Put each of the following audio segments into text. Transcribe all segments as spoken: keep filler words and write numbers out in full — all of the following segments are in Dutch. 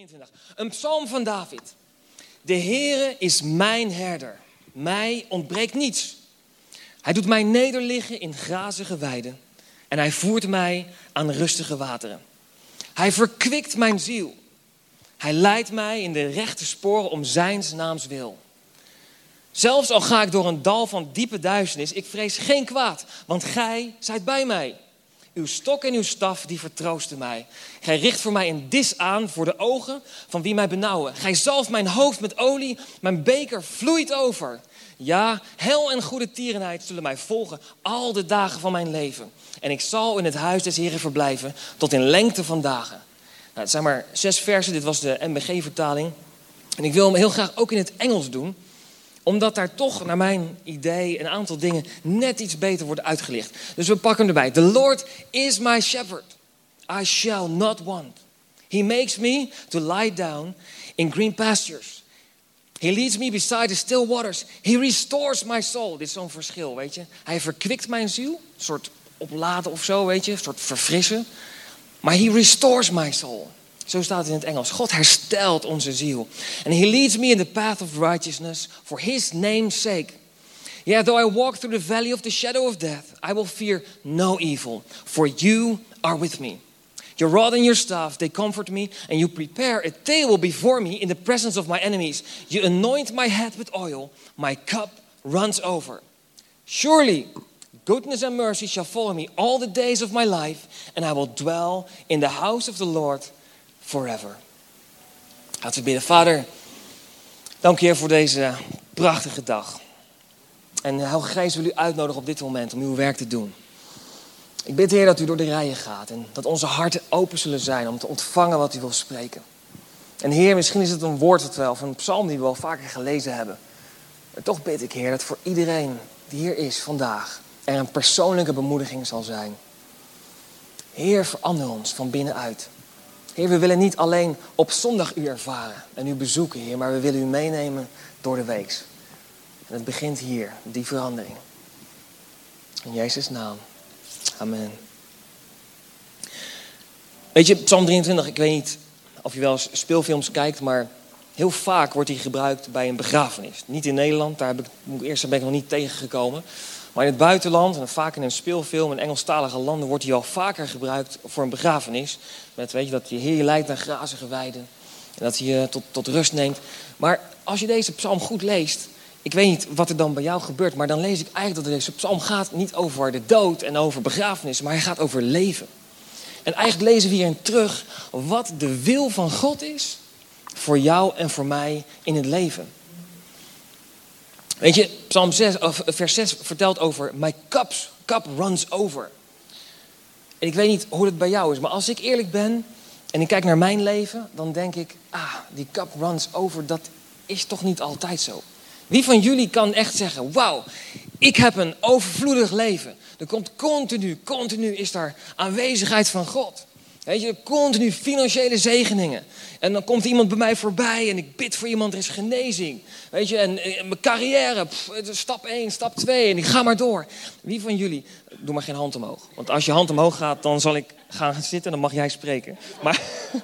drieëntwintig. Een psalm van David. De Heere is mijn herder. Mij ontbreekt niets. Hij doet mij nederliggen in grazige weiden. En hij voert mij aan rustige wateren. Hij verkwikt mijn ziel. Hij leidt mij in de rechte sporen om zijns naams wil. Zelfs al ga ik door een dal van diepe duisternis, ik vrees geen kwaad, want gij zijt bij mij. Uw stok en uw staf, die vertroosten mij. Gij richt voor mij een dis aan voor de ogen van wie mij benauwen. Gij zalft mijn hoofd met olie, mijn beker vloeit over. Ja, hel en goede tierenheid zullen mij volgen al de dagen van mijn leven. En ik zal in het huis des Heren verblijven tot in lengte van dagen. Nou, het zijn maar zes versen, dit was de M B G-vertaling. En ik wil hem heel graag ook in het Engels doen, omdat daar toch, naar mijn idee, een aantal dingen net iets beter worden uitgelicht. Dus we pakken hem erbij. The Lord is my shepherd. I shall not want. He makes me to lie down in green pastures. He leads me beside the still waters. He restores my soul. Dit is zo'n verschil, weet je. Hij verkwikt mijn ziel. Een soort opladen of zo, weet je. Een soort verfrissen. Maar he restores my soul. Zo staat het in het Engels. God herstelt onze ziel. And he leads me in the path of righteousness for his name's sake. Yeah, though I walk through the valley of the shadow of death, I will fear no evil, for you are with me. Your rod and your staff, they comfort me, and you prepare a table before me in the presence of my enemies. You anoint my head with oil, my cup runs over. Surely goodness and mercy shall follow me all the days of my life, and I will dwell in the house of the Lord forever. Laten we bidden. Vader, dank je Heer voor deze prachtige dag. En Heilige Geest wil u uitnodigen op dit moment om uw werk te doen. Ik bid Heer dat u door de rijen gaat en dat onze harten open zullen zijn om te ontvangen wat u wil spreken. En Heer, misschien is het een woord wat wel, of een psalm die we wel vaker gelezen hebben. Maar toch bid ik Heer dat voor iedereen die hier is vandaag er een persoonlijke bemoediging zal zijn. Heer, verander ons van binnenuit. Heer, we willen niet alleen op zondag u ervaren en u bezoeken, Heer, maar we willen u meenemen door de week. En het begint hier, die verandering. In Jezus' naam. Amen. Weet je, Psalm drieëntwintig, ik weet niet of je wel eens speelfilms kijkt, maar heel vaak wordt die gebruikt bij een begrafenis. Niet in Nederland, daar heb ik, moet ik eerst ben ik nog niet tegengekomen. Maar in het buitenland, en vaak in een speelfilm in Engelstalige landen, wordt die al vaker gebruikt voor een begrafenis. Met, weet je, dat je Heer je leidt naar grazige weiden. En dat hij je tot, tot rust neemt. Maar als je deze psalm goed leest, ik weet niet wat er dan bij jou gebeurt, maar dan lees ik eigenlijk dat deze psalm gaat niet over de dood en over begrafenis, maar hij gaat over leven. En eigenlijk lezen we hierin terug wat de wil van God is voor jou en voor mij in het leven. Weet je, Psalm zes, of vers zes vertelt over my cups, cup runs over. En ik weet niet hoe het bij jou is, maar als ik eerlijk ben en ik kijk naar mijn leven, dan denk ik, ah, die cup runs over, dat is toch niet altijd zo. Wie van jullie kan echt zeggen, wauw, ik heb een overvloedig leven. Er komt continu, continu is daar aanwezigheid van God. Weet je, continu financiële zegeningen. En dan komt iemand bij mij voorbij en ik bid voor iemand, er is genezing. Weet je, en, en mijn carrière, pff, stap één, stap twee en ik ga maar door. Wie van jullie, doe maar geen hand omhoog. Want als je hand omhoog gaat, dan zal ik gaan zitten en dan mag jij spreken. Maar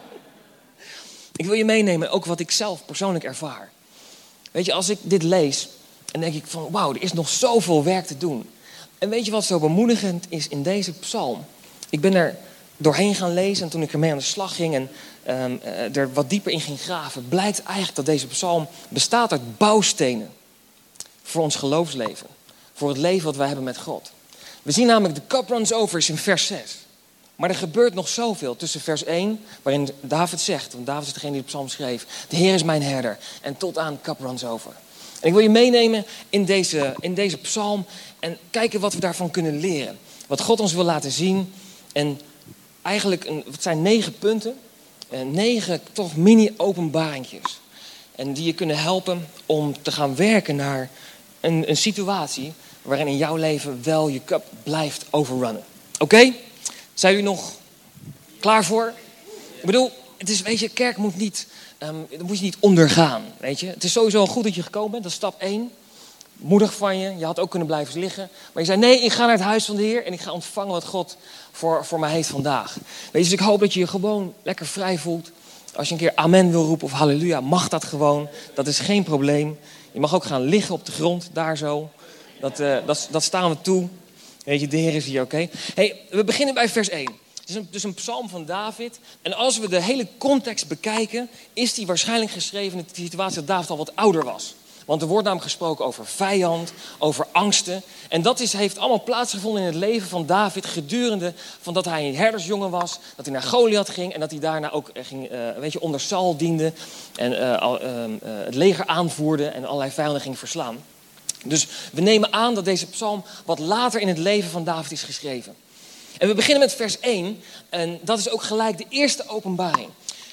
ik wil je meenemen, ook wat ik zelf persoonlijk ervaar. Weet je, als ik dit lees, dan denk ik van, wauw, er is nog zoveel werk te doen. En weet je wat zo bemoedigend is in deze psalm? Ik ben er doorheen gaan lezen en toen ik ermee aan de slag ging en um, er wat dieper in ging graven, blijkt eigenlijk dat deze psalm bestaat uit bouwstenen voor ons geloofsleven. Voor het leven wat wij hebben met God. We zien namelijk de cup runs over is in vers zes. Maar er gebeurt nog zoveel tussen vers één, waarin David zegt, want David is degene die de psalm schreef, de Heer is mijn herder, en tot aan cup runs over. En ik wil je meenemen in deze, in deze psalm en kijken wat we daarvan kunnen leren. Wat God ons wil laten zien. En eigenlijk, een, het zijn negen punten, negen toch mini-openbaringjes. En die je kunnen helpen om te gaan werken naar een, een situatie waarin in jouw leven wel je cup blijft overrunnen. Oké? Okay? Zijn jullie nog klaar voor? Ik bedoel, het is, weet je, kerk moet niet, um, dat moet je niet ondergaan. Weet je? Het is sowieso goed dat je gekomen bent, dat is stap één. Moedig van je, je had ook kunnen blijven liggen. Maar je zei, nee, ik ga naar het huis van de Heer en ik ga ontvangen wat God voor, voor mij heeft vandaag. Weet je, dus ik hoop dat je je gewoon lekker vrij voelt. Als je een keer amen wil roepen of halleluja, mag dat gewoon. Dat is geen probleem. Je mag ook gaan liggen op de grond, daar zo. Dat, uh, dat, dat staan we toe. Weet je, de Heer is hier, oké? Okay? Hey, we beginnen bij vers één. Het is een, dus een psalm van David. En als we de hele context bekijken, is die waarschijnlijk geschreven in de situatie dat David al wat ouder was. Want er wordt namelijk gesproken over vijand, over angsten. En dat is, heeft allemaal plaatsgevonden in het leven van David gedurende van dat hij een herdersjongen was. Dat hij naar Goliath ging en dat hij daarna ook ging, uh, weet je, onder Saul diende. En uh, uh, uh, het leger aanvoerde en allerlei vijanden ging verslaan. Dus we nemen aan dat deze psalm wat later in het leven van David is geschreven. En we beginnen met vers één. En dat is ook gelijk de eerste openbaring.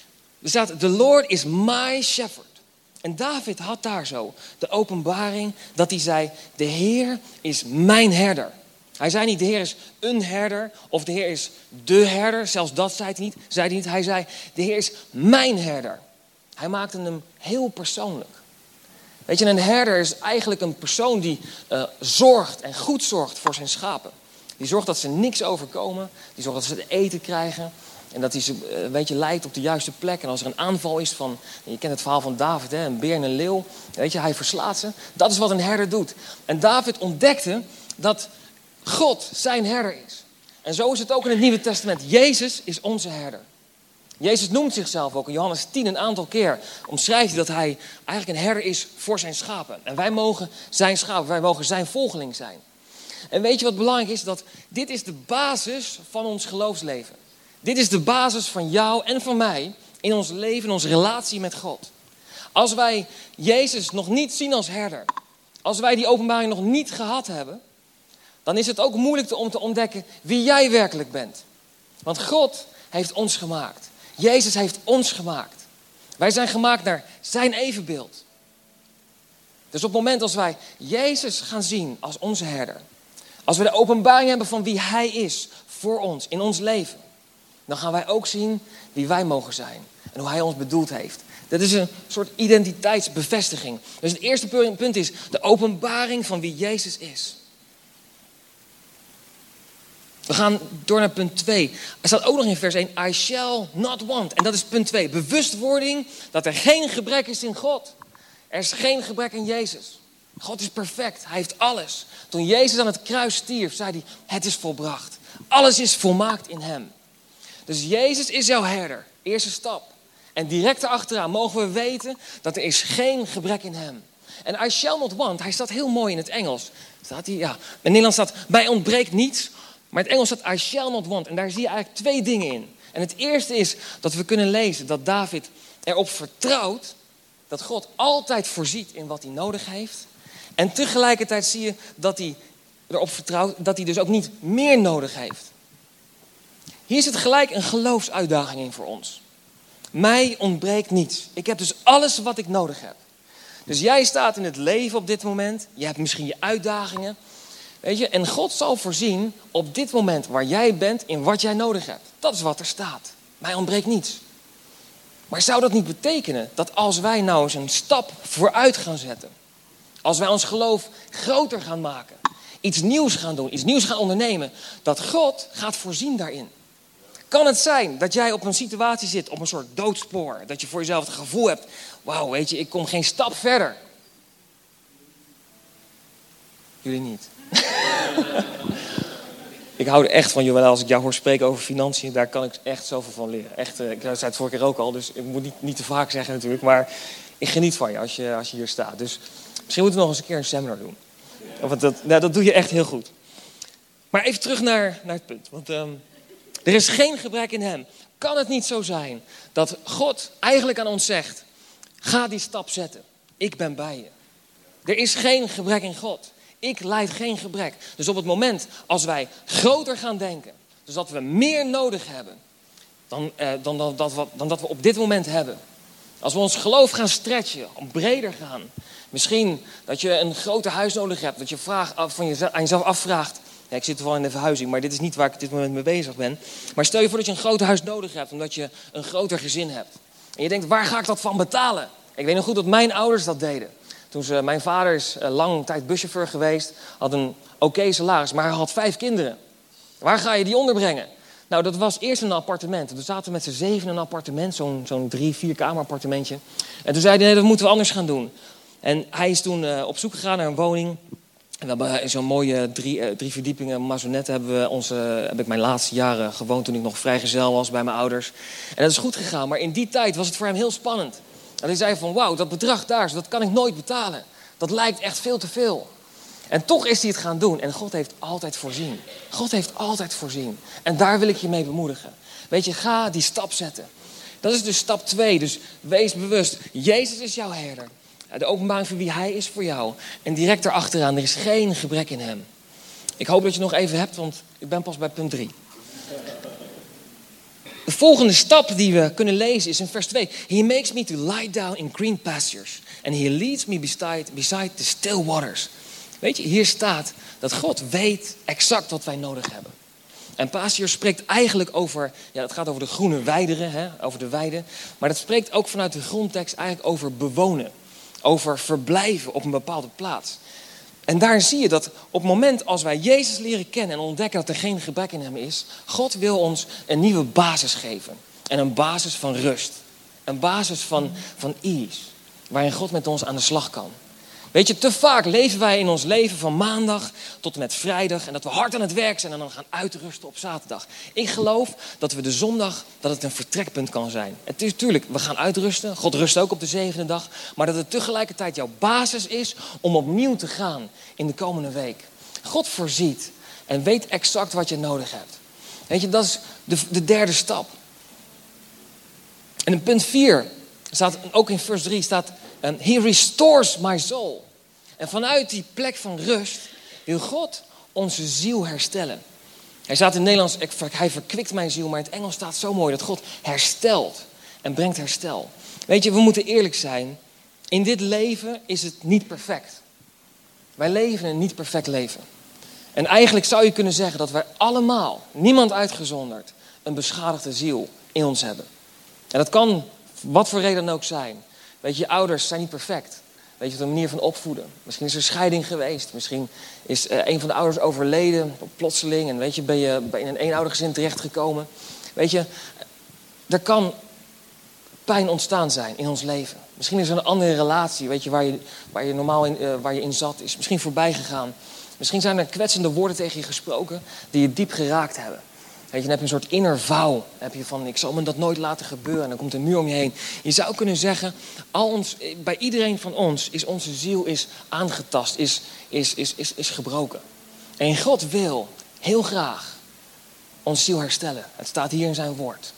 Er staat, the Lord is my shepherd. En David had daar zo de openbaring dat hij zei, de Heer is mijn herder. Hij zei niet, de Heer is een herder of de Heer is de herder. Zelfs dat zei hij niet. Zei hij, niet. Hij zei, de Heer is mijn herder. Hij maakte hem heel persoonlijk. Weet je, een herder is eigenlijk een persoon die uh, zorgt en goed zorgt voor zijn schapen. Die zorgt dat ze niks overkomen. Die zorgt dat ze te eten krijgen. En dat hij ze een beetje leidt op de juiste plek. En als er een aanval is van, je kent het verhaal van David, hè, een beer en een leeuw. Weet je, hij verslaat ze. Dat is wat een herder doet. En David ontdekte dat God zijn herder is. En zo is het ook in het Nieuwe Testament. Jezus is onze herder. Jezus noemt zichzelf ook in Johannes tien een aantal keer. Omschrijft hij dat hij eigenlijk een herder is voor zijn schapen. En wij mogen zijn schapen, wij mogen zijn volgeling zijn. En weet je wat belangrijk is? Dat dit is de basis van ons geloofsleven. Dit is de basis van jou en van mij in ons leven, in onze relatie met God. Als wij Jezus nog niet zien als herder, als wij die openbaring nog niet gehad hebben, dan is het ook moeilijk om te ontdekken wie jij werkelijk bent. Want God heeft ons gemaakt. Jezus heeft ons gemaakt. Wij zijn gemaakt naar zijn evenbeeld. Dus op het moment als wij Jezus gaan zien als onze herder, als we de openbaring hebben van wie hij is voor ons in ons leven, dan gaan wij ook zien wie wij mogen zijn en hoe hij ons bedoeld heeft. Dat is een soort identiteitsbevestiging. Dus het eerste punt is de openbaring van wie Jezus is. We gaan door naar punt twee. Er staat ook nog in vers één, I shall not want. En dat is punt twee. Bewustwording dat er geen gebrek is in God. Er is geen gebrek in Jezus. God is perfect. Hij heeft alles. Toen Jezus aan het kruis stierf, zei hij, het is volbracht. Alles is volmaakt in hem. Dus Jezus is jouw herder. Eerste stap. En direct erachteraan mogen we weten dat er is geen gebrek in hem. En I shall not want, hij staat heel mooi in het Engels. Staat hij, ja. In het Nederlands staat, mij ontbreekt niets. Maar in het Engels staat I shall not want. En daar zie je eigenlijk twee dingen in. En het eerste is dat we kunnen lezen dat David erop vertrouwt dat God altijd voorziet in wat hij nodig heeft. En tegelijkertijd zie je dat hij erop vertrouwt dat hij dus ook niet meer nodig heeft. Hier zit gelijk een geloofsuitdaging in voor ons. Mij ontbreekt niets. Ik heb dus alles wat ik nodig heb. Dus jij staat in het leven op dit moment. Je hebt misschien je uitdagingen. Weet je, en God zal voorzien op dit moment waar jij bent in wat jij nodig hebt. Dat is wat er staat. Mij ontbreekt niets. Maar zou dat niet betekenen dat als wij nou eens een stap vooruit gaan zetten, als wij ons geloof groter gaan maken, iets nieuws gaan doen, iets nieuws gaan ondernemen, dat God gaat voorzien daarin? Kan het zijn dat jij op een situatie zit, op een soort doodspoor, dat je voor jezelf het gevoel hebt, wauw, weet je, ik kom geen stap verder. Jullie niet. Ik hou er echt van, Joël, als ik jou hoor spreken over financiën, daar kan ik echt zoveel van leren. Echt, ik zei het vorige keer ook al, dus ik moet niet, niet te vaak zeggen natuurlijk, maar ik geniet van je als je, als je hier staat. Dus misschien moeten we nog eens een keer een seminar doen. Want dat, nou, dat doe je echt heel goed. Maar even terug naar, naar het punt, want um, er is geen gebrek in hem. Kan het niet zo zijn dat God eigenlijk aan ons zegt, ga die stap zetten. Ik ben bij je. Er is geen gebrek in God. Ik lijd geen gebrek. Dus op het moment als wij groter gaan denken, dus dat we meer nodig hebben dan, eh, dan, dan, dat we, dan dat we op dit moment hebben. Als we ons geloof gaan stretchen, om breder gaan. Misschien dat je een groter huis nodig hebt, dat je vraag, van jezelf, aan jezelf afvraagt. Ja, ik zit wel in de verhuizing, maar dit is niet waar ik op dit moment mee bezig ben. Maar stel je voor dat je een groter huis nodig hebt, omdat je een groter gezin hebt. En je denkt, waar ga ik dat van betalen? Ik weet nog goed dat mijn ouders dat deden. Toen ze, mijn vader is uh, lang tijd buschauffeur geweest, had een oké salaris, maar hij had vijf kinderen. Waar ga je die onderbrengen? Nou, dat was eerst een appartement. Toen zaten we met z'n zeven in een appartement, zo'n, zo'n drie, vier kamer appartementje. En toen zei hij, nee, dat moeten we anders gaan doen. En hij is toen uh, op zoek gegaan naar een woning. En we hebben in zo'n mooie drie, uh, drie verdiepingen maisonette hebben we onze, uh, heb ik mijn laatste jaren gewoond toen ik nog vrijgezel was bij mijn ouders. En dat is goed gegaan, maar in die tijd was het voor hem heel spannend. En hij zei van, wauw, dat bedrag daar, dat kan ik nooit betalen. Dat lijkt echt veel te veel. En toch is hij het gaan doen. En God heeft altijd voorzien. God heeft altijd voorzien. En daar wil ik je mee bemoedigen. Weet je, ga die stap zetten. Dat is dus stap twee. Dus wees bewust. Jezus is jouw herder. De openbaring van wie hij is voor jou. En direct erachteraan, er is geen gebrek in hem. Ik hoop dat je nog even hebt, want ik ben pas bij punt drie. De volgende stap die we kunnen lezen is in vers twee. He makes me to lie down in green pastures. And he leads me beside, beside the still waters. Weet je, hier staat dat God weet exact wat wij nodig hebben. En pastures spreekt eigenlijk over, ja, het gaat over de groene weideren, hè, over de weiden. Maar dat spreekt ook vanuit de grondtekst eigenlijk over bewonen. Over verblijven op een bepaalde plaats. En daar zie je dat op het moment als wij Jezus leren kennen en ontdekken dat er geen gebrek in hem is, God wil ons een nieuwe basis geven. En een basis van rust. Een basis van, van ease. Waarin God met ons aan de slag kan. Weet je, te vaak leven wij in ons leven van maandag tot en met vrijdag. En dat we hard aan het werk zijn en dan gaan uitrusten op zaterdag. Ik geloof dat we de zondag, dat het een vertrekpunt kan zijn. Het is natuurlijk, we gaan uitrusten. God rust ook op de zevende dag. Maar dat het tegelijkertijd jouw basis is om opnieuw te gaan in de komende week. God voorziet en weet exact wat je nodig hebt. Weet je, dat is de, de derde stap. En in punt vier, staat, ook in vers drie staat, Um, he restores my soul. En vanuit die plek van rust wil God onze ziel herstellen. Hij staat in het Nederlands, hij verkwikt mijn ziel, maar in het Engels staat zo mooi dat God herstelt en brengt herstel. Weet je, we moeten eerlijk zijn. In dit leven is het niet perfect. Wij leven een niet perfect leven. En eigenlijk zou je kunnen zeggen dat wij allemaal, niemand uitgezonderd, een beschadigde ziel in ons hebben. En dat kan wat voor reden dan ook zijn. Weet je, je ouders zijn niet perfect. Weet je, de manier van opvoeden. Misschien is er scheiding geweest. Misschien is uh, een van de ouders overleden, plotseling. En weet je, ben je in een eenouder gezin terechtgekomen. Weet je, er kan pijn ontstaan zijn in ons leven. Misschien is er een andere relatie, weet je, waar je, waar je normaal in, uh, waar je in zat, is misschien voorbij gegaan. Misschien zijn er kwetsende woorden tegen je gesproken die je diep geraakt hebben. Weet je, dan heb je een soort inner vow. Heb je van, ik zal me dat nooit laten gebeuren. En dan komt een muur om je heen. Je zou kunnen zeggen, al ons, bij iedereen van ons is onze ziel is aangetast, is, is, is, is, is gebroken. En God wil heel graag onze ziel herstellen. Het staat hier in zijn woord.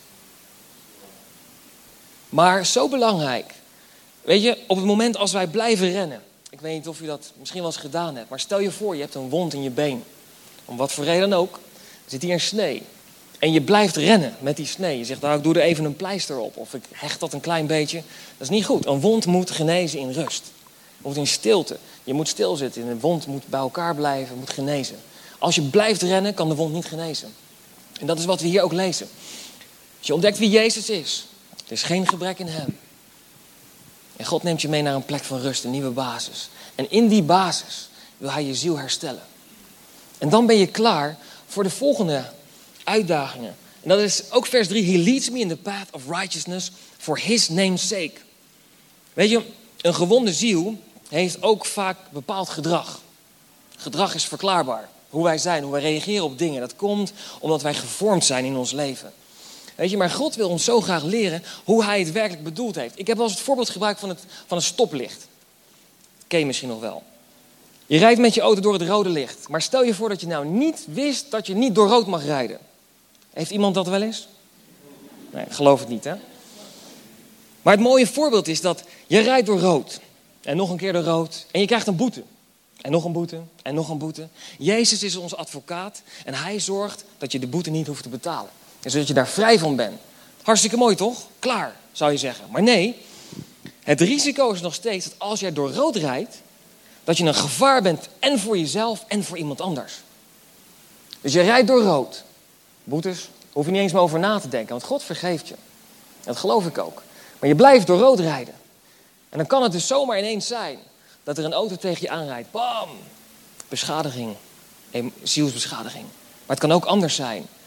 Maar zo belangrijk. Weet je, op het moment als wij blijven rennen. Ik weet niet of u dat misschien wel eens gedaan hebt. Maar stel je voor, je hebt een wond in je been. Om wat voor reden dan ook. Er zit hier een snee. En je blijft rennen met die snee. Je zegt, nou, ik doe er even een pleister op. Of ik hecht dat een klein beetje. Dat is niet goed. Een wond moet genezen in rust. Het moet in stilte. Je moet stilzitten. Een wond moet bij elkaar blijven. Moet genezen. Als je blijft rennen, kan de wond niet genezen. En dat is wat we hier ook lezen. Als je ontdekt wie Jezus is. Er is geen gebrek in hem. En God neemt je mee naar een plek van rust. Een nieuwe basis. En in die basis wil hij je ziel herstellen. En dan ben je klaar voor de volgende uitdagingen. En dat is ook vers drie. He leads me in the path of righteousness for his name's sake. Weet je, een gewonde ziel heeft ook vaak bepaald gedrag. Gedrag is verklaarbaar. Hoe wij zijn, hoe wij reageren op dingen. Dat komt omdat wij gevormd zijn in ons leven. Weet je, maar God wil ons zo graag leren hoe hij het werkelijk bedoeld heeft. Ik heb wel eens het voorbeeld gebruikt van, het, van een stoplicht. Ken je misschien nog wel. Je rijdt met je auto door het rode licht. Maar stel je voor dat je nou niet wist dat je niet door rood mag rijden. Heeft iemand dat wel eens? Nee, ik geloof het niet, hè? Maar het mooie voorbeeld is dat je rijdt door rood. En nog een keer door rood. En je krijgt een boete. En nog een boete. En nog een boete. Jezus is onze advocaat. En hij zorgt dat je de boete niet hoeft te betalen. En zodat je daar vrij van bent. Hartstikke mooi, toch? Klaar, zou je zeggen. Maar nee, het risico is nog steeds dat als jij door rood rijdt, dat je een gevaar bent en voor jezelf en voor iemand anders. Dus je rijdt door rood. Boetes, hoef je niet eens meer over na te denken, want God vergeeft je. Dat geloof ik ook. Maar je blijft door rood rijden. En dan kan het dus zomaar ineens zijn dat er een auto tegen je aanrijdt. Bam! Beschadiging. Zielsbeschadiging. Maar het kan ook anders zijn.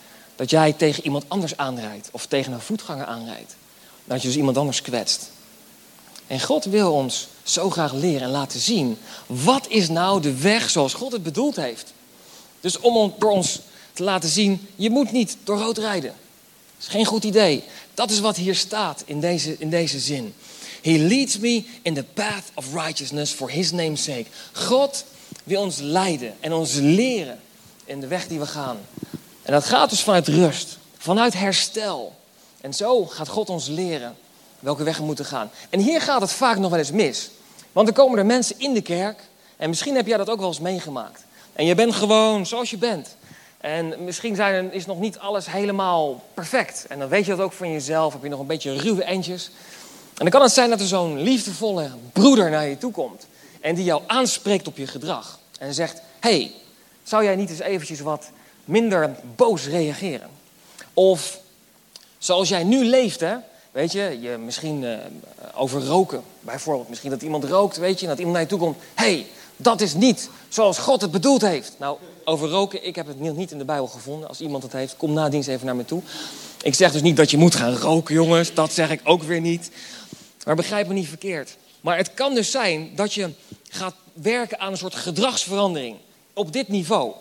dat jij tegen iemand anders aanrijdt of tegen een voetganger aanrijdt. Dat je dus iemand anders kwetst. En God wil ons zo graag leren en laten zien, wat is nou de weg zoals God het bedoeld heeft. Dus om door ons te laten zien, je moet niet door rood rijden. Dat is geen goed idee. Dat is wat hier staat in deze, in deze zin. He leads me in the path of righteousness for his name's sake. God wil ons leiden en ons leren in de weg die we gaan. En dat gaat dus vanuit rust, vanuit herstel. En zo gaat God ons leren welke weg we moeten gaan. En hier gaat het vaak nog wel eens mis. Want er komen er mensen in de kerk, en misschien heb jij dat ook wel eens meegemaakt. En je bent gewoon zoals je bent. En misschien zijn, is nog niet alles helemaal perfect. En dan weet je dat ook van jezelf, heb je nog een beetje ruwe eindjes. En dan kan het zijn dat er zo'n liefdevolle broeder naar je toe komt. En die jou aanspreekt op je gedrag. En zegt, hey, zou jij niet eens eventjes wat minder boos reageren? Of zoals jij nu leeft, hè? Weet je, je misschien uh, over roken bijvoorbeeld. Misschien dat iemand rookt, weet je, en dat iemand naar je toe komt. Hey, dat is niet zoals God het bedoeld heeft. Nou, over roken, ik heb het niet in de Bijbel gevonden. Als iemand het heeft, kom na dienst even naar me toe. Ik zeg dus niet dat je moet gaan roken, jongens. Dat zeg ik ook weer niet. Maar begrijp me niet verkeerd. Maar het kan dus zijn dat je gaat werken aan een soort gedragsverandering. Op dit niveau.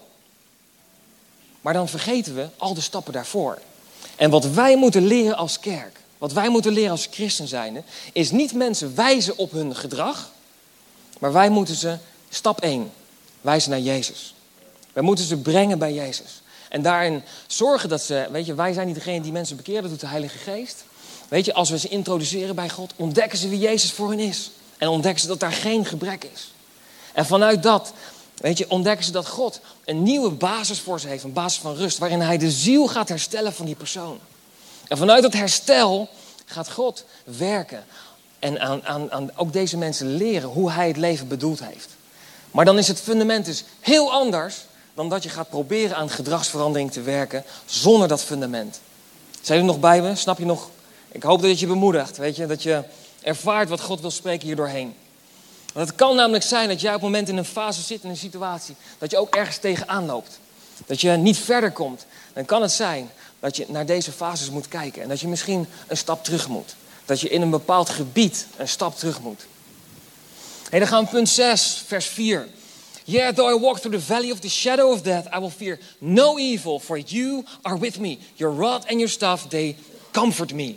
Maar dan vergeten we al de stappen daarvoor. En wat wij moeten leren als kerk, wat wij moeten leren als christen zijnde, is niet mensen wijzen op hun gedrag, maar wij moeten ze, stap één, wijzen naar Jezus. Wij moeten ze brengen bij Jezus. En daarin zorgen dat ze, weet je, wij zijn niet degene die mensen bekeren, dat doet de Heilige Geest. Weet je, als we ze introduceren bij God, ontdekken ze wie Jezus voor hen is. En ontdekken ze dat daar geen gebrek is. En vanuit dat, weet je, ontdekken ze dat God een nieuwe basis voor ze heeft. Een basis van rust, waarin hij de ziel gaat herstellen van die persoon. En vanuit dat herstel gaat God werken. En aan, aan, aan ook deze mensen leren hoe hij het leven bedoeld heeft. Maar dan is het fundament dus heel anders dan dat je gaat proberen aan gedragsverandering te werken zonder dat fundament. Zijn jullie nog bij me? Snap je nog? Ik hoop dat het je bemoedigt, weet je, dat je ervaart wat God wil spreken hier doorheen. Want het kan namelijk zijn dat jij op het moment in een fase zit, in een situatie, dat je ook ergens tegenaan loopt. Dat je niet verder komt. Dan kan het zijn dat je naar deze fases moet kijken. En dat je misschien een stap terug moet. Dat je in een bepaald gebied een stap terug moet. Hey, dan gaan we punt zes, vers vier. Yeah, though I walk through the valley of the shadow of death, I will fear no evil, for you are with me. Your rod and your staff, they comfort me.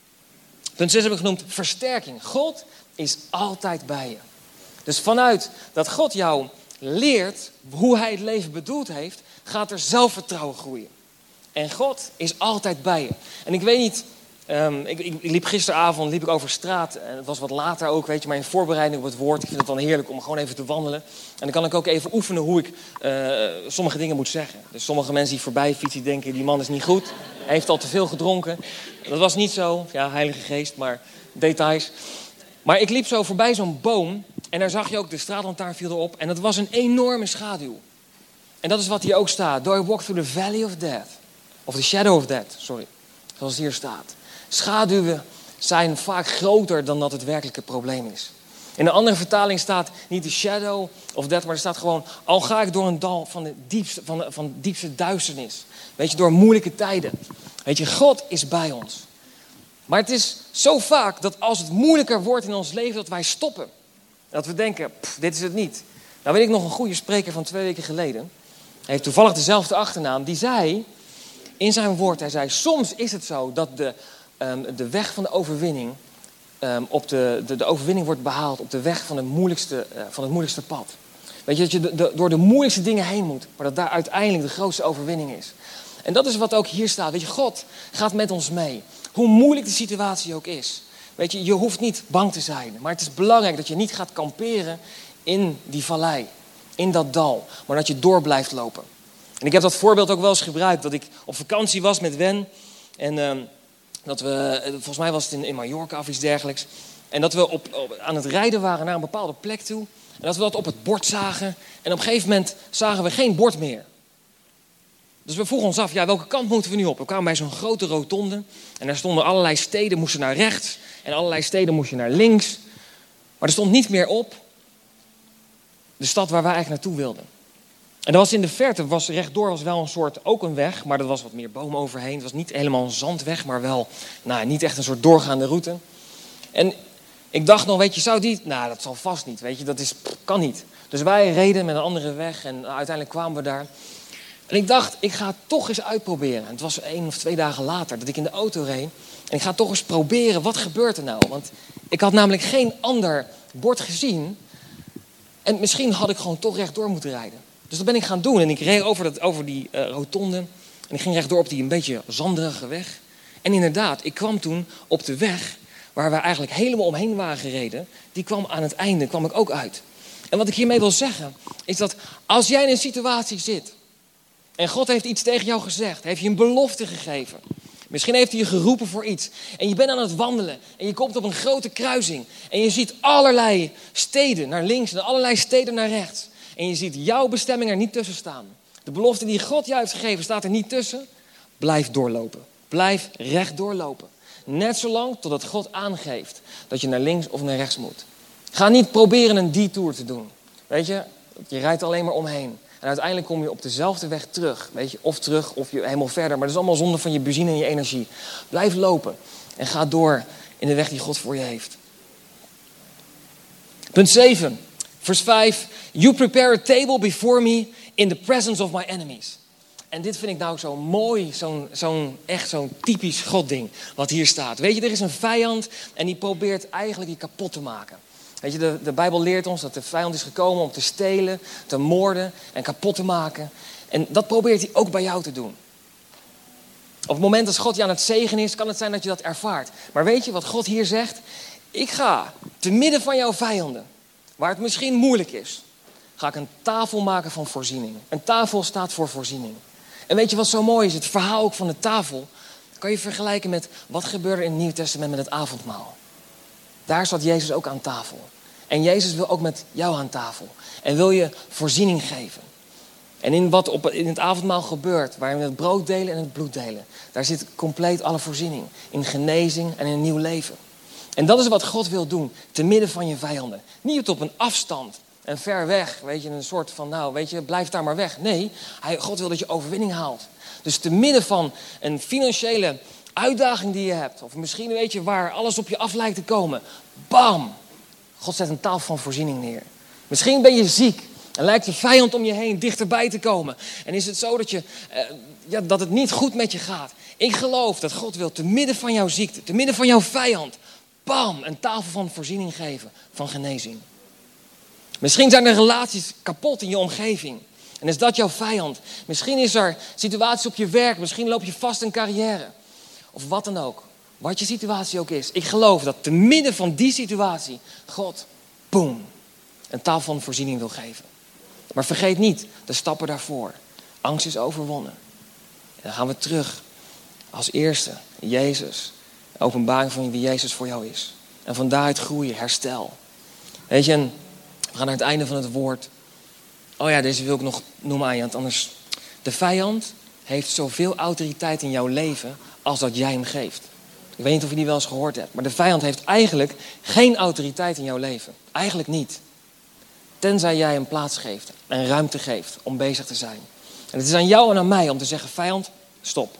Punt zes heb ik genoemd versterking. God is altijd bij je. Dus vanuit dat God jou leert hoe hij het leven bedoeld heeft, gaat er zelfvertrouwen groeien. En God is altijd bij je. En ik weet niet, um, ik, ik, ik liep gisteravond liep ik over straat. En het was wat later ook, weet je, maar in voorbereiding op het woord. Ik vind het dan heerlijk om gewoon even te wandelen. En dan kan ik ook even oefenen hoe ik uh, sommige dingen moet zeggen. Dus sommige mensen die voorbij fietsen denken, die man is niet goed. Hij heeft al te veel gedronken. Dat was niet zo. Ja, Heilige Geest, maar details. Maar ik liep zo voorbij zo'n boom. En daar zag je ook, de straatlantaarn viel erop. En dat was een enorme schaduw. En dat is wat hier ook staat. Though I walk through the valley of death. Of the shadow of death, sorry. Zoals hier staat. Schaduwen zijn vaak groter dan dat het werkelijke probleem is. In een andere vertaling staat niet de shadow of death, maar er staat gewoon, al ga ik door een dal van de diepste, van de, van de diepste duisternis. Weet je, door moeilijke tijden. Weet je, God is bij ons. Maar het is zo vaak dat als het moeilijker wordt in ons leven, dat wij stoppen. Dat we denken, pff, dit is het niet. Nou weet ik nog een goede spreker van twee weken geleden. Hij heeft toevallig dezelfde achternaam. Die zei in zijn woord, hij zei, soms is het zo dat de, um, de weg van de overwinning, um, op de, de, de overwinning wordt behaald op de weg van, de moeilijkste, uh, van het moeilijkste pad. Weet je, dat je de, de, door de moeilijkste dingen heen moet, maar dat daar uiteindelijk de grootste overwinning is. En dat is wat ook hier staat. Weet je, God gaat met ons mee. Hoe moeilijk de situatie ook is. Weet je, je hoeft niet bang te zijn. Maar het is belangrijk dat je niet gaat kamperen in die vallei. In dat dal. Maar dat je door blijft lopen. En ik heb dat voorbeeld ook wel eens gebruikt. Dat ik op vakantie was met Wen. En uh, dat we, volgens mij was het in, in Mallorca of iets dergelijks. En dat we op, op, aan het rijden waren naar een bepaalde plek toe. En dat we dat op het bord zagen. En op een gegeven moment zagen we geen bord meer. Dus we vroegen ons af, ja, welke kant moeten we nu op? We kwamen bij zo'n grote rotonde. En daar stonden allerlei steden, moesten naar rechts. En allerlei steden moest je naar links. Maar er stond niet meer op de stad waar wij eigenlijk naartoe wilden. En er was in de verte, was rechtdoor was wel een soort, ook een weg, maar er was wat meer bomen overheen. Het was niet helemaal een zandweg, maar wel, nou, niet echt een soort doorgaande route. En ik dacht nog, weet je, zou die, nou, dat zal vast niet, weet je, dat is, pff, kan niet. Dus wij reden met een andere weg en uiteindelijk kwamen we daar. En ik dacht, ik ga het toch eens uitproberen. En het was één of twee dagen later dat ik in de auto reed. En ik ga toch eens proberen, wat gebeurt er nou? Want ik had namelijk geen ander bord gezien. En misschien had ik gewoon toch rechtdoor moeten rijden. Dus dat ben ik gaan doen. En ik reed over, dat, over die uh, rotonde. En ik ging rechtdoor op die een beetje zanderige weg. En inderdaad, ik kwam toen op de weg waar we eigenlijk helemaal omheen waren gereden. Die kwam aan het einde, kwam ik ook uit. En wat ik hiermee wil zeggen, is dat als jij in een situatie zit en God heeft iets tegen jou gezegd, heeft je een belofte gegeven. Misschien heeft hij je geroepen voor iets. En je bent aan het wandelen en je komt op een grote kruising. En je ziet allerlei steden naar links en allerlei steden naar rechts. En je ziet jouw bestemming er niet tussen staan. De belofte die God jou heeft gegeven staat er niet tussen. Blijf doorlopen. Blijf recht doorlopen. Net zolang totdat God aangeeft dat je naar links of naar rechts moet. Ga niet proberen een detour te doen. Weet je, je rijdt alleen maar omheen. En uiteindelijk kom je op dezelfde weg terug. Weet je, of terug of je helemaal verder. Maar dat is allemaal zonde van je benzine en je energie. Blijf lopen en ga door in de weg die God voor je heeft. Punt zeven, vers vijf. You prepare a table before me in the presence of my enemies. En dit vind ik nou zo mooi, zo'n, zo'n, echt zo'n typisch Godding wat hier staat. Weet je, er is een vijand en die probeert eigenlijk je kapot te maken. Weet je, de, de Bijbel leert ons dat de vijand is gekomen om te stelen, te moorden en kapot te maken. En dat probeert hij ook bij jou te doen. Op het moment dat God je aan het zegenen is, kan het zijn dat je dat ervaart. Maar weet je wat God hier zegt? Ik ga te midden van jouw vijanden, waar het misschien moeilijk is, ga ik een tafel maken van voorziening. Een tafel staat voor voorziening. En weet je wat zo mooi is? Het verhaal ook van de tafel kan je vergelijken met wat gebeurde in het Nieuw Testament met het avondmaal. Daar zat Jezus ook aan tafel. En Jezus wil ook met jou aan tafel. En wil je voorziening geven. En in wat op, in het avondmaal gebeurt, waar we het brood delen en het bloed delen. Daar zit compleet alle voorziening. In genezing en in een nieuw leven. En dat is wat God wil doen, te midden van je vijanden. Niet op een afstand en ver weg, weet je, een soort van, nou, weet je, blijf daar maar weg. Nee, hij, God wil dat je overwinning haalt. Dus te midden van een financiële uitdaging die je hebt, of misschien weet je waar alles op je af lijkt te komen. Bam! God zet een tafel van voorziening neer. Misschien ben je ziek en lijkt je vijand om je heen dichterbij te komen. En is het zo dat, je, uh, ja, dat het niet goed met je gaat. Ik geloof dat God wil te midden van jouw ziekte, te midden van jouw vijand, bam, een tafel van voorziening geven, van genezing. Misschien zijn er relaties kapot in je omgeving. En is dat jouw vijand? Misschien is er situaties op je werk, misschien loop je vast in carrière. Of wat dan ook. Wat je situatie ook is. Ik geloof dat te midden van die situatie God, boem, een tafel van voorziening wil geven. Maar vergeet niet de stappen daarvoor. Angst is overwonnen. En dan gaan we terug als eerste. Jezus. De openbaring van wie Jezus voor jou is. En van daaruit groeien, herstel. Weet je, en we gaan naar het einde van het woord. Oh ja, deze wil ik nog noemen aan je. Want anders, de vijand heeft zoveel autoriteit in jouw leven als dat jij hem geeft. Ik weet niet of je die wel eens gehoord hebt. Maar de vijand heeft eigenlijk geen autoriteit in jouw leven. Eigenlijk niet. Tenzij jij hem plaats geeft en ruimte geeft om bezig te zijn. En het is aan jou en aan mij om te zeggen, vijand, stop.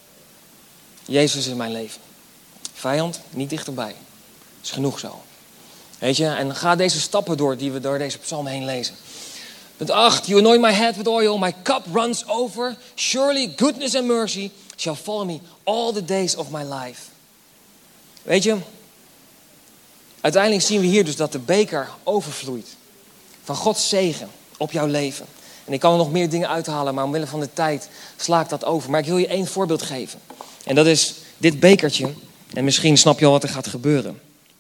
Jezus is in mijn leven. Vijand, niet dichterbij. Dat is genoeg zo. Weet je, en ga deze stappen door die we door deze psalm heen lezen. Punt acht, you anoint my head with oil, my cup runs over. Surely goodness and mercy shall follow me all the days of my life. Weet je, uiteindelijk zien we hier dus dat de beker overvloeit. Van Gods zegen op jouw leven. En ik kan er nog meer dingen uithalen, maar omwille van de tijd sla ik dat over. Maar ik wil je één voorbeeld geven. En dat is dit bekertje. En misschien snap je al wat er gaat gebeuren.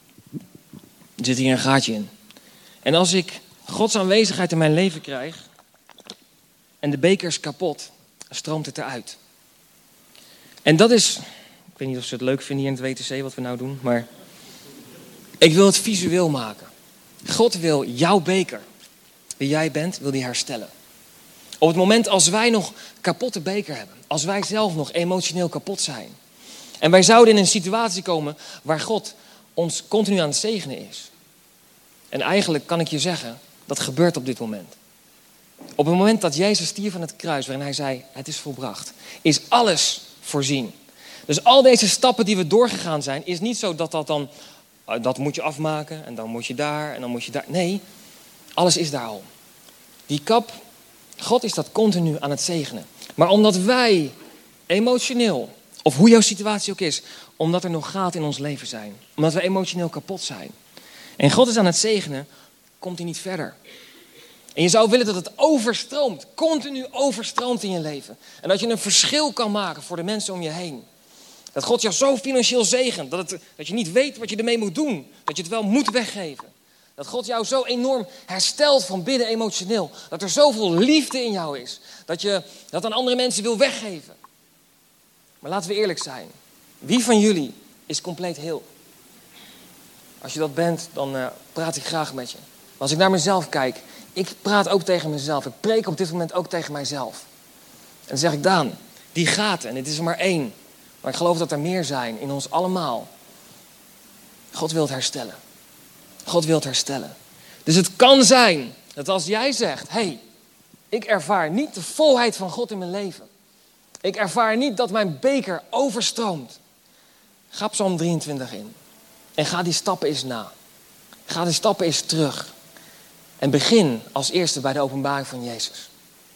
Er zit hier een gaatje in. En als ik Gods aanwezigheid in mijn leven krijg en de beker is kapot, stroomt het eruit. En dat is, ik weet niet of ze het leuk vinden hier in het W T C wat we nou doen, maar ik wil het visueel maken. God wil jouw beker, wie jij bent, wil die herstellen. Op het moment als wij nog kapotte beker hebben, als wij zelf nog emotioneel kapot zijn en wij zouden in een situatie komen waar God ons continu aan het zegenen is. En eigenlijk kan ik je zeggen, dat gebeurt op dit moment. Op het moment dat Jezus stierf aan het kruis, waarin hij zei, het is volbracht, is alles voorzien. Dus al deze stappen die we doorgegaan zijn, is niet zo dat dat dan, uh, dat moet je afmaken en dan moet je daar en dan moet je daar. Nee, alles is daar al. Die kap, God is dat continu aan het zegenen. Maar omdat wij emotioneel, of hoe jouw situatie ook is, omdat er nog gaten in ons leven zijn, omdat we emotioneel kapot zijn. En God is aan het zegenen, komt hij niet verder. En je zou willen dat het overstroomt, continu overstroomt in je leven. En dat je een verschil kan maken voor de mensen om je heen. Dat God jou zo financieel zegent, dat, het, dat je niet weet wat je ermee moet doen. Dat je het wel moet weggeven. Dat God jou zo enorm herstelt van binnen emotioneel. Dat er zoveel liefde in jou is. Dat je dat aan andere mensen wil weggeven. Maar laten we eerlijk zijn. Wie van jullie is compleet heel? Als je dat bent, dan uh, praat ik graag met je. Maar als ik naar mezelf kijk, ik praat ook tegen mezelf. Ik preek op dit moment ook tegen mijzelf. En dan zeg ik, Daan, die gaten, en het is er maar één. Maar ik geloof dat er meer zijn in ons allemaal. God wil het herstellen. God wil het herstellen. Dus het kan zijn dat als jij zegt, hé, hey, ik ervaar niet de volheid van God in mijn leven. Ik ervaar niet dat mijn beker overstroomt. Ga Psalm drieëntwintig in. En ga die stappen eens na. Ga die stappen eens terug. En begin als eerste bij de openbaring van Jezus.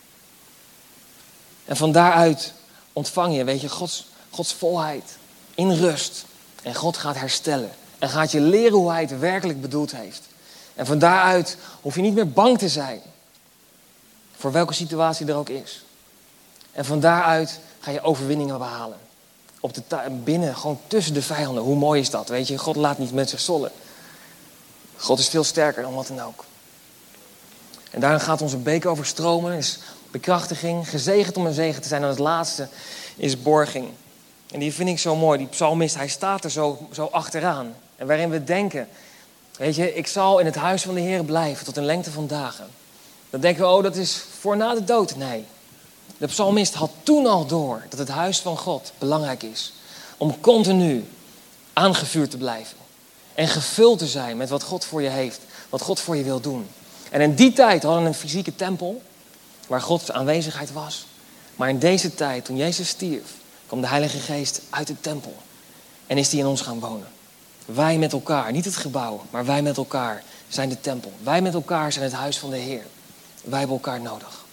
En van daaruit ontvang je, weet je, Gods, Gods volheid in rust. En God gaat herstellen. En gaat je leren hoe hij het werkelijk bedoeld heeft. En van daaruit hoef je niet meer bang te zijn. Voor welke situatie er ook is. En van daaruit ga je overwinningen behalen. Op de tu- binnen, gewoon tussen de vijanden. Hoe mooi is dat, weet je. God laat niet met zich sollen. God is veel sterker dan wat dan ook. En daarin gaat onze beker overstromen. Is bekrachtiging. Gezegend om een zegen te zijn. En het laatste is borging. En die vind ik zo mooi. Die psalmist, hij staat er zo, zo achteraan. En waarin we denken, weet je, ik zal in het huis van de Heer blijven tot een lengte van dagen. Dan denken we, oh, dat is voor na de dood. Nee. De psalmist had toen al door dat het huis van God belangrijk is. Om continu aangevuurd te blijven. En gevuld te zijn met wat God voor je heeft. Wat God voor je wil doen. En in die tijd hadden we een fysieke tempel. Waar Gods aanwezigheid was. Maar in deze tijd, toen Jezus stierf, kwam de Heilige Geest uit de tempel. En is die in ons gaan wonen. Wij met elkaar, niet het gebouw, maar wij met elkaar zijn de tempel. Wij met elkaar zijn het huis van de Heer. Wij hebben elkaar nodig.